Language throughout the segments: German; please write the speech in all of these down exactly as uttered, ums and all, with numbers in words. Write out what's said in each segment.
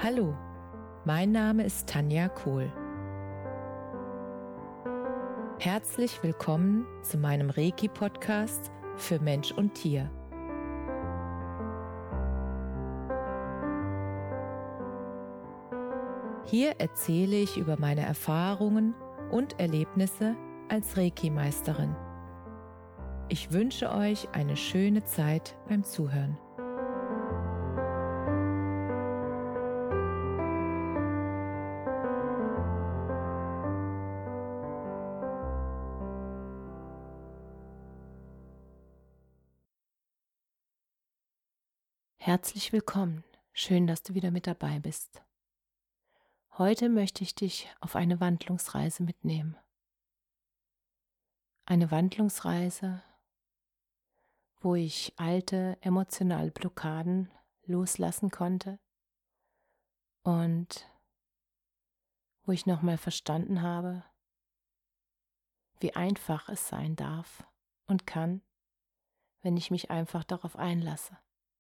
Hallo, mein Name ist Tanja Kohl. Herzlich willkommen zu meinem Reiki-Podcast für Mensch und Tier. Hier erzähle ich über meine Erfahrungen und Erlebnisse als Reiki-Meisterin. Ich wünsche euch eine schöne Zeit beim Zuhören. Herzlich willkommen. Schön, dass du wieder mit dabei bist. Heute möchte ich dich auf eine Wandlungsreise mitnehmen. Eine Wandlungsreise, wo ich alte emotionale Blockaden loslassen konnte und wo ich nochmal verstanden habe, wie einfach es sein darf und kann, wenn ich mich einfach darauf einlasse.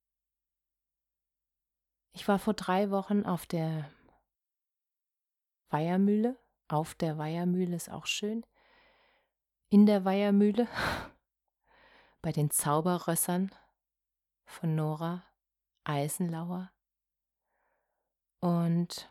Ich war vor drei Wochen auf der Weihermühle, auf der Weihermühle ist auch schön, in der Weihermühle, bei den Zauberrössern von Nora Eisenlauer. Und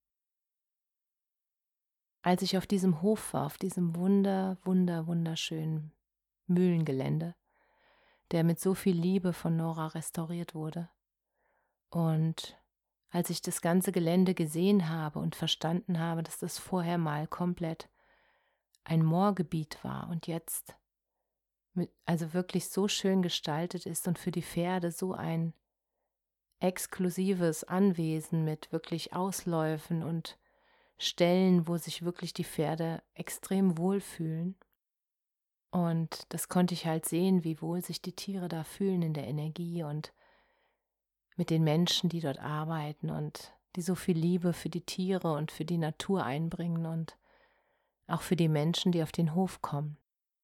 als ich auf diesem Hof war, auf diesem wunder, wunder, wunderschönen Mühlengelände, der mit so viel Liebe von Nora restauriert wurde, und als ich das ganze Gelände gesehen habe und verstanden habe, dass das vorher mal komplett ein Moorgebiet war und jetzt mit, also wirklich so schön gestaltet ist und für die Pferde so ein exklusives Anwesen mit wirklich Ausläufen und Stellen, wo sich wirklich die Pferde extrem wohlfühlen. Und das konnte ich halt sehen, wie wohl sich die Tiere da fühlen in der Energie und mit den Menschen, die dort arbeiten und die so viel Liebe für die Tiere und für die Natur einbringen und auch für die Menschen, die auf den Hof kommen.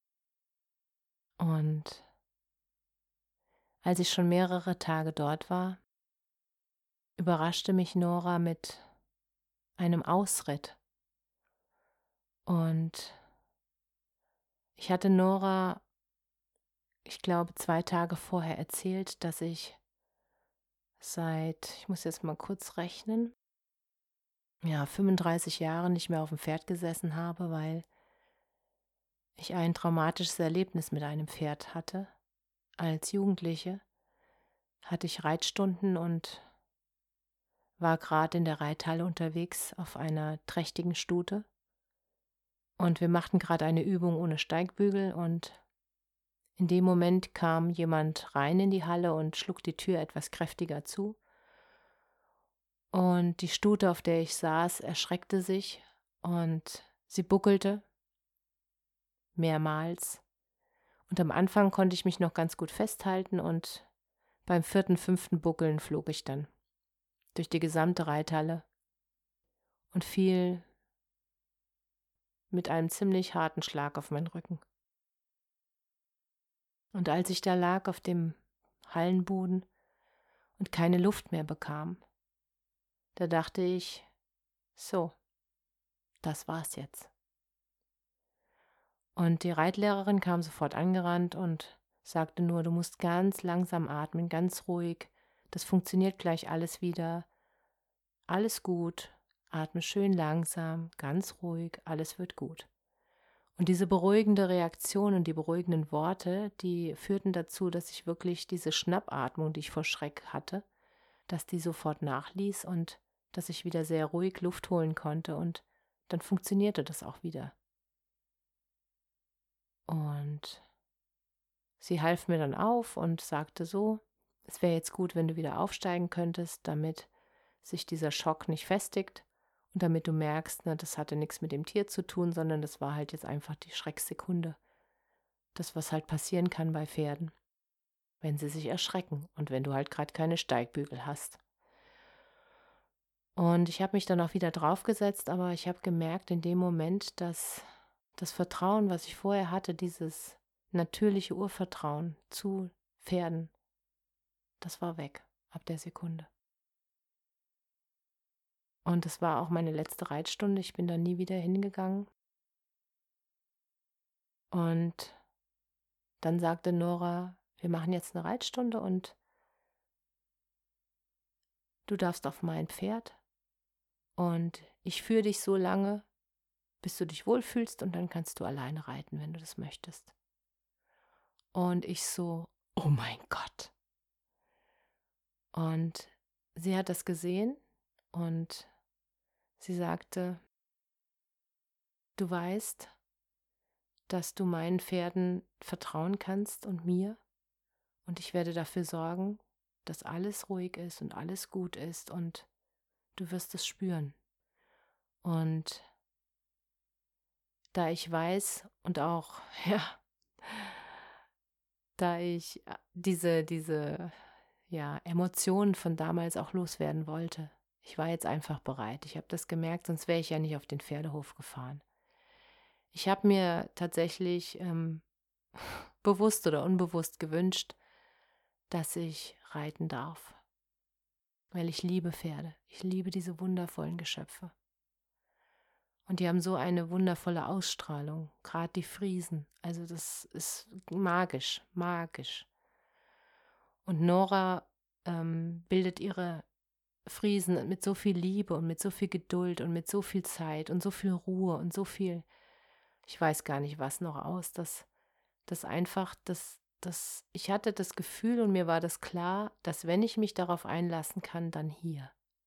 Und als ich schon mehrere Tage dort war, überraschte mich Nora mit einem Ausritt. Und ich hatte Nora, ich glaube, zwei Tage vorher erzählt, dass ich seit, ich muss jetzt mal kurz rechnen, ja, fünfunddreißig Jahren nicht mehr auf dem Pferd gesessen habe, weil ich ein traumatisches Erlebnis mit einem Pferd hatte. Als Jugendliche hatte ich Reitstunden und war gerade in der Reithalle unterwegs auf einer trächtigen Stute. Und wir machten gerade eine Übung ohne Steigbügel und in dem Moment kam jemand rein in die Halle und schlug die Tür etwas kräftiger zu. Und die Stute, auf der ich saß, erschreckte sich und sie buckelte mehrmals. Und am Anfang konnte ich mich noch ganz gut festhalten und beim vierten, fünften Buckeln flog ich dann durch die gesamte Reithalle und fiel mit einem ziemlich harten Schlag auf meinen Rücken. Und als ich da lag auf dem Hallenboden und keine Luft mehr bekam, da dachte ich, so, das war's jetzt. Und die Reitlehrerin kam sofort angerannt und sagte nur, du musst ganz langsam atmen, ganz ruhig, das funktioniert gleich alles wieder, alles gut, atme schön langsam, ganz ruhig, alles wird gut. Und diese beruhigende Reaktion und die beruhigenden Worte, die führten dazu, dass ich wirklich diese Schnappatmung, die ich vor Schreck hatte, dass die sofort nachließ und dass ich wieder sehr ruhig Luft holen konnte und dann funktionierte das auch wieder. Und sie half mir dann auf und sagte so, es wäre jetzt gut, wenn du wieder aufsteigen könntest, damit sich dieser Schock nicht festigt und damit du merkst, ne, das hatte nichts mit dem Tier zu tun, sondern das war halt jetzt einfach die Schrecksekunde. Das, was halt passieren kann bei Pferden, wenn sie sich erschrecken und wenn du halt gerade keine Steigbügel hast. Und ich habe mich dann auch wieder draufgesetzt, aber ich habe gemerkt in dem Moment, dass das Vertrauen, was ich vorher hatte, dieses natürliche Urvertrauen zu Pferden, das war weg ab der Sekunde. Und das war auch meine letzte Reitstunde. Ich bin da nie wieder hingegangen. Und dann sagte Nora: „Wir machen jetzt eine Reitstunde und du darfst auf mein Pferd und ich führe dich so lange, bis du dich wohlfühlst und dann kannst du alleine reiten, wenn du das möchtest.“ Und ich so: „Oh mein Gott!“ Und sie hat das gesehen und sie sagte: „Du weißt, dass du meinen Pferden vertrauen kannst und mir, und ich werde dafür sorgen, dass alles ruhig ist und alles gut ist und du wirst es spüren. Und da ich weiß und auch, ja, da ich äh, diese, diese, ja, Emotionen von damals auch loswerden wollte. Ich war jetzt einfach bereit. Ich habe das gemerkt, sonst wäre ich ja nicht auf den Pferdehof gefahren. Ich habe mir tatsächlich ähm, bewusst oder unbewusst gewünscht, dass ich reiten darf, weil ich liebe Pferde. Ich liebe diese wundervollen Geschöpfe. Und die haben so eine wundervolle Ausstrahlung, gerade die Friesen. Also das ist magisch, magisch. Und Nora ähm, bildet ihre Friesen mit so viel Liebe und mit so viel Geduld und mit so viel Zeit und so viel Ruhe und so viel, ich weiß gar nicht was noch aus, dass das einfach, das, das, ich hatte das Gefühl und mir war das klar, dass wenn ich mich darauf einlassen kann, dann hier.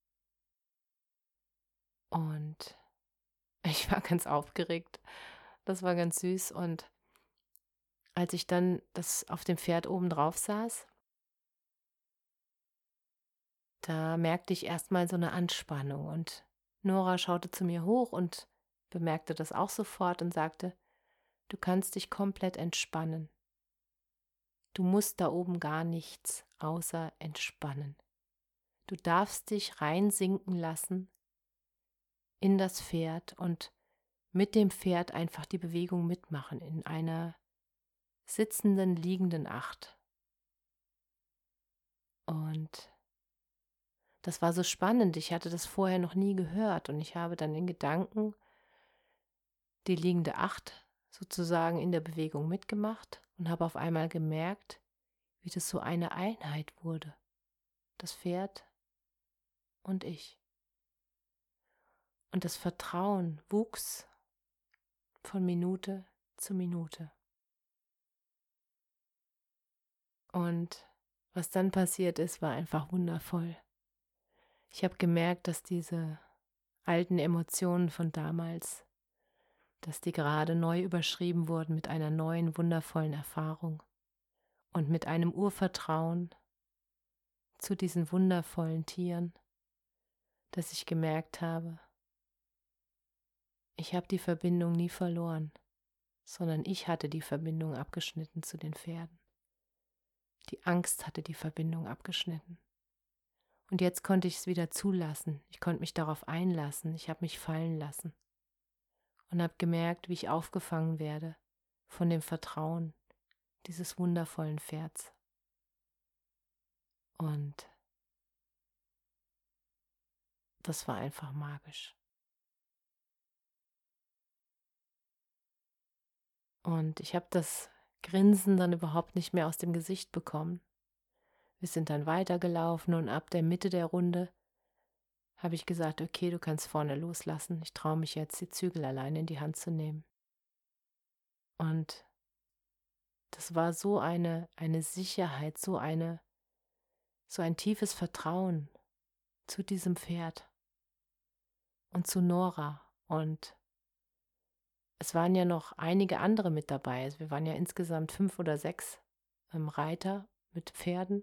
Und ich war ganz aufgeregt. Das war ganz süß. Und als ich dann das auf dem Pferd oben drauf saß, da merkte ich erstmal so eine Anspannung. Und Nora schaute zu mir hoch und bemerkte das auch sofort und sagte: „Du kannst dich komplett entspannen. Du musst da oben gar nichts außer entspannen. Du darfst dich reinsinken lassen in das Pferd und mit dem Pferd einfach die Bewegung mitmachen in einer sitzenden, liegenden Acht.“ Und das war so spannend. Ich hatte das vorher noch nie gehört und ich habe dann in Gedanken die liegende Acht sozusagen in der Bewegung mitgemacht und habe auf einmal gemerkt, wie das so eine Einheit wurde. Das Pferd und ich. Und das Vertrauen wuchs von Minute zu Minute. Und was dann passiert ist, war einfach wundervoll. Ich habe gemerkt, dass diese alten Emotionen von damals, dass die gerade neu überschrieben wurden mit einer neuen, wundervollen Erfahrung und mit einem Urvertrauen zu diesen wundervollen Tieren, dass ich gemerkt habe, ich habe die Verbindung nie verloren, sondern ich hatte die Verbindung abgeschnitten zu den Pferden. Die Angst hatte die Verbindung abgeschnitten. Und jetzt konnte ich es wieder zulassen. Ich konnte mich darauf einlassen. Ich habe mich fallen lassen und habe gemerkt, wie ich aufgefangen werde von dem Vertrauen dieses wundervollen Pferds. Und das war einfach magisch. Und ich habe das Grinsen dann überhaupt nicht mehr aus dem Gesicht bekommen. Wir sind dann weitergelaufen und ab der Mitte der Runde habe ich gesagt: „Okay, du kannst vorne loslassen. Ich traue mich jetzt, die Zügel alleine in die Hand zu nehmen.“ Und das war so eine eine Sicherheit, so eine so ein tiefes Vertrauen zu diesem Pferd und zu Nora. Und es waren ja noch einige andere mit dabei. Also wir waren ja insgesamt fünf oder sechs ähm, Reiter mit Pferden.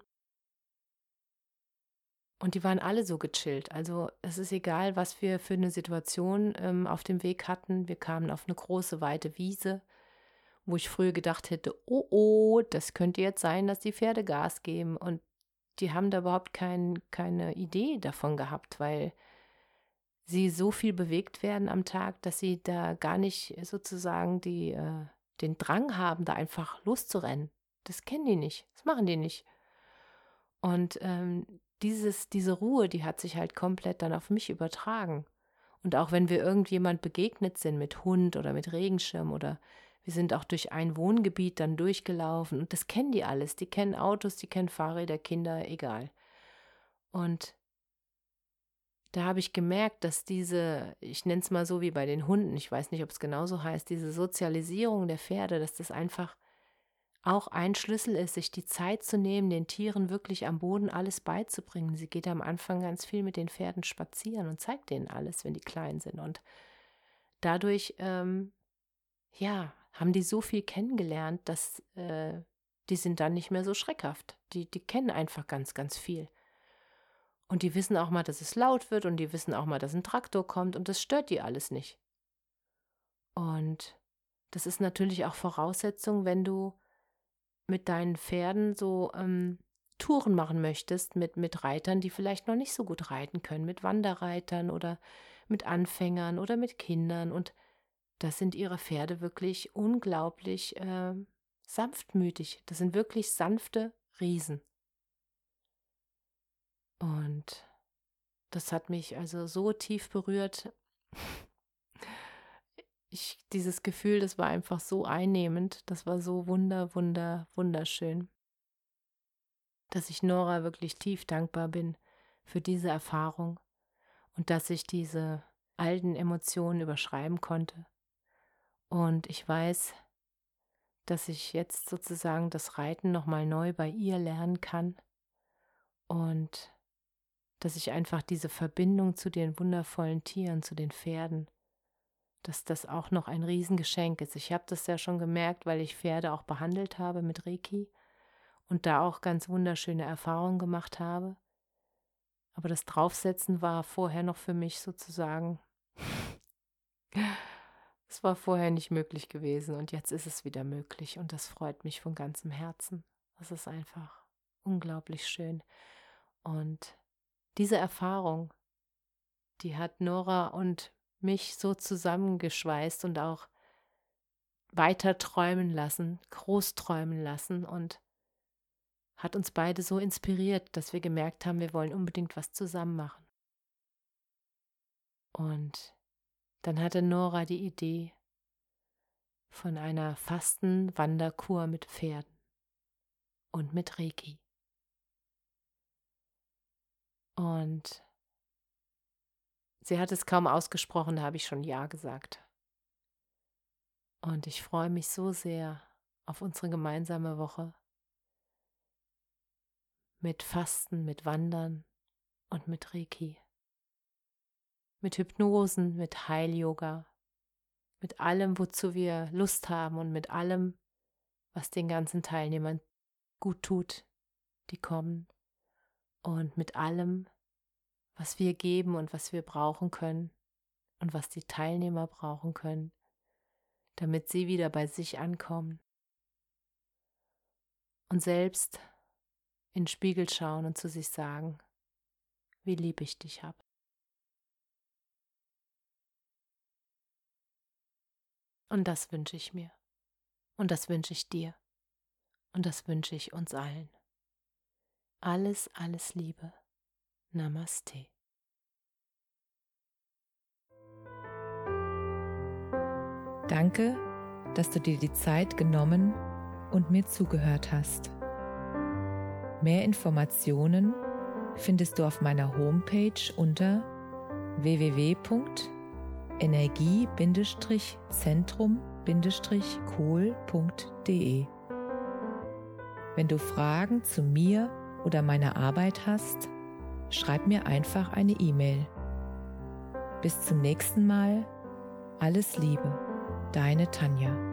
Und die waren alle so gechillt. Also es ist egal, was wir für eine Situation ähm, auf dem Weg hatten. Wir kamen auf eine große, weite Wiese, wo ich früher gedacht hätte: „Oh, oh, das könnte jetzt sein, dass die Pferde Gas geben.“ Und die haben da überhaupt kein, keine Idee davon gehabt, weil sie so viel bewegt werden am Tag, dass sie da gar nicht sozusagen die, äh, den Drang haben, da einfach loszurennen. Das kennen die nicht, das machen die nicht. Und ähm, dieses, diese Ruhe, die hat sich halt komplett dann auf mich übertragen. Und auch wenn wir irgendjemand begegnet sind mit Hund oder mit Regenschirm oder wir sind auch durch ein Wohngebiet dann durchgelaufen und das kennen die alles. Die kennen Autos, die kennen Fahrräder, Kinder, egal. Und da habe ich gemerkt, dass diese, ich nenne es mal so wie bei den Hunden, ich weiß nicht, ob es genauso heißt, diese Sozialisierung der Pferde, dass das einfach auch ein Schlüssel ist, sich die Zeit zu nehmen, den Tieren wirklich am Boden alles beizubringen. Sie geht am Anfang ganz viel mit den Pferden spazieren und zeigt denen alles, wenn die klein sind. Und dadurch, ähm, ja, haben die so viel kennengelernt, dass äh, die sind dann nicht mehr so schreckhaft. Die, die kennen einfach ganz, ganz viel. Und die wissen auch mal, dass es laut wird und die wissen auch mal, dass ein Traktor kommt und das stört die alles nicht. Und das ist natürlich auch Voraussetzung, wenn du mit deinen Pferden so ähm, Touren machen möchtest, mit, mit Reitern, die vielleicht noch nicht so gut reiten können, mit Wanderreitern oder mit Anfängern oder mit Kindern. Und das sind ihre Pferde wirklich unglaublich äh, sanftmütig. Das sind wirklich sanfte Riesen. Und das hat mich also so tief berührt. Ich, dieses Gefühl, das war einfach so einnehmend. Das war so wunder, wunder, wunderschön, dass ich Nora wirklich tief dankbar bin für diese Erfahrung und dass ich diese alten Emotionen überschreiben konnte. Und ich weiß, dass ich jetzt sozusagen das Reiten nochmal neu bei ihr lernen kann und dass ich einfach diese Verbindung zu den wundervollen Tieren, zu den Pferden, dass das auch noch ein Riesengeschenk ist. Ich habe das ja schon gemerkt, weil ich Pferde auch behandelt habe mit Reiki und da auch ganz wunderschöne Erfahrungen gemacht habe. Aber das Draufsetzen war vorher noch für mich sozusagen, es war vorher nicht möglich gewesen und jetzt ist es wieder möglich und das freut mich von ganzem Herzen. Das ist einfach unglaublich schön. Und diese Erfahrung, die hat Nora und mich so zusammengeschweißt und auch weiter träumen lassen, groß träumen lassen und hat uns beide so inspiriert, dass wir gemerkt haben, wir wollen unbedingt was zusammen machen. Und dann hatte Nora die Idee von einer Fasten-Wanderkur mit Pferden und mit Reiki. Und sie hat es kaum ausgesprochen, da habe ich schon Ja gesagt. Und ich freue mich so sehr auf unsere gemeinsame Woche mit Fasten, mit Wandern und mit Reiki, mit Hypnosen, mit Heil-Yoga, mit allem, wozu wir Lust haben und mit allem, was den ganzen Teilnehmern gut tut, die kommen und mit allem, was wir geben und was wir brauchen können und was die Teilnehmer brauchen können, damit sie wieder bei sich ankommen und selbst in den Spiegel schauen und zu sich sagen, wie lieb ich dich habe. Und das wünsche ich mir. Und das wünsche ich dir. Und das wünsche ich uns allen. Alles, alles Liebe. Namaste. Danke, dass du dir die Zeit genommen und mir zugehört hast. Mehr Informationen findest du auf meiner Homepage unter w w w punkt energie Zentrum kohl punkt de. Wenn du Fragen zu mir oder meiner Arbeit hast, schreib mir einfach eine E-Mail. Bis zum nächsten Mal. Alles Liebe, deine Tanja.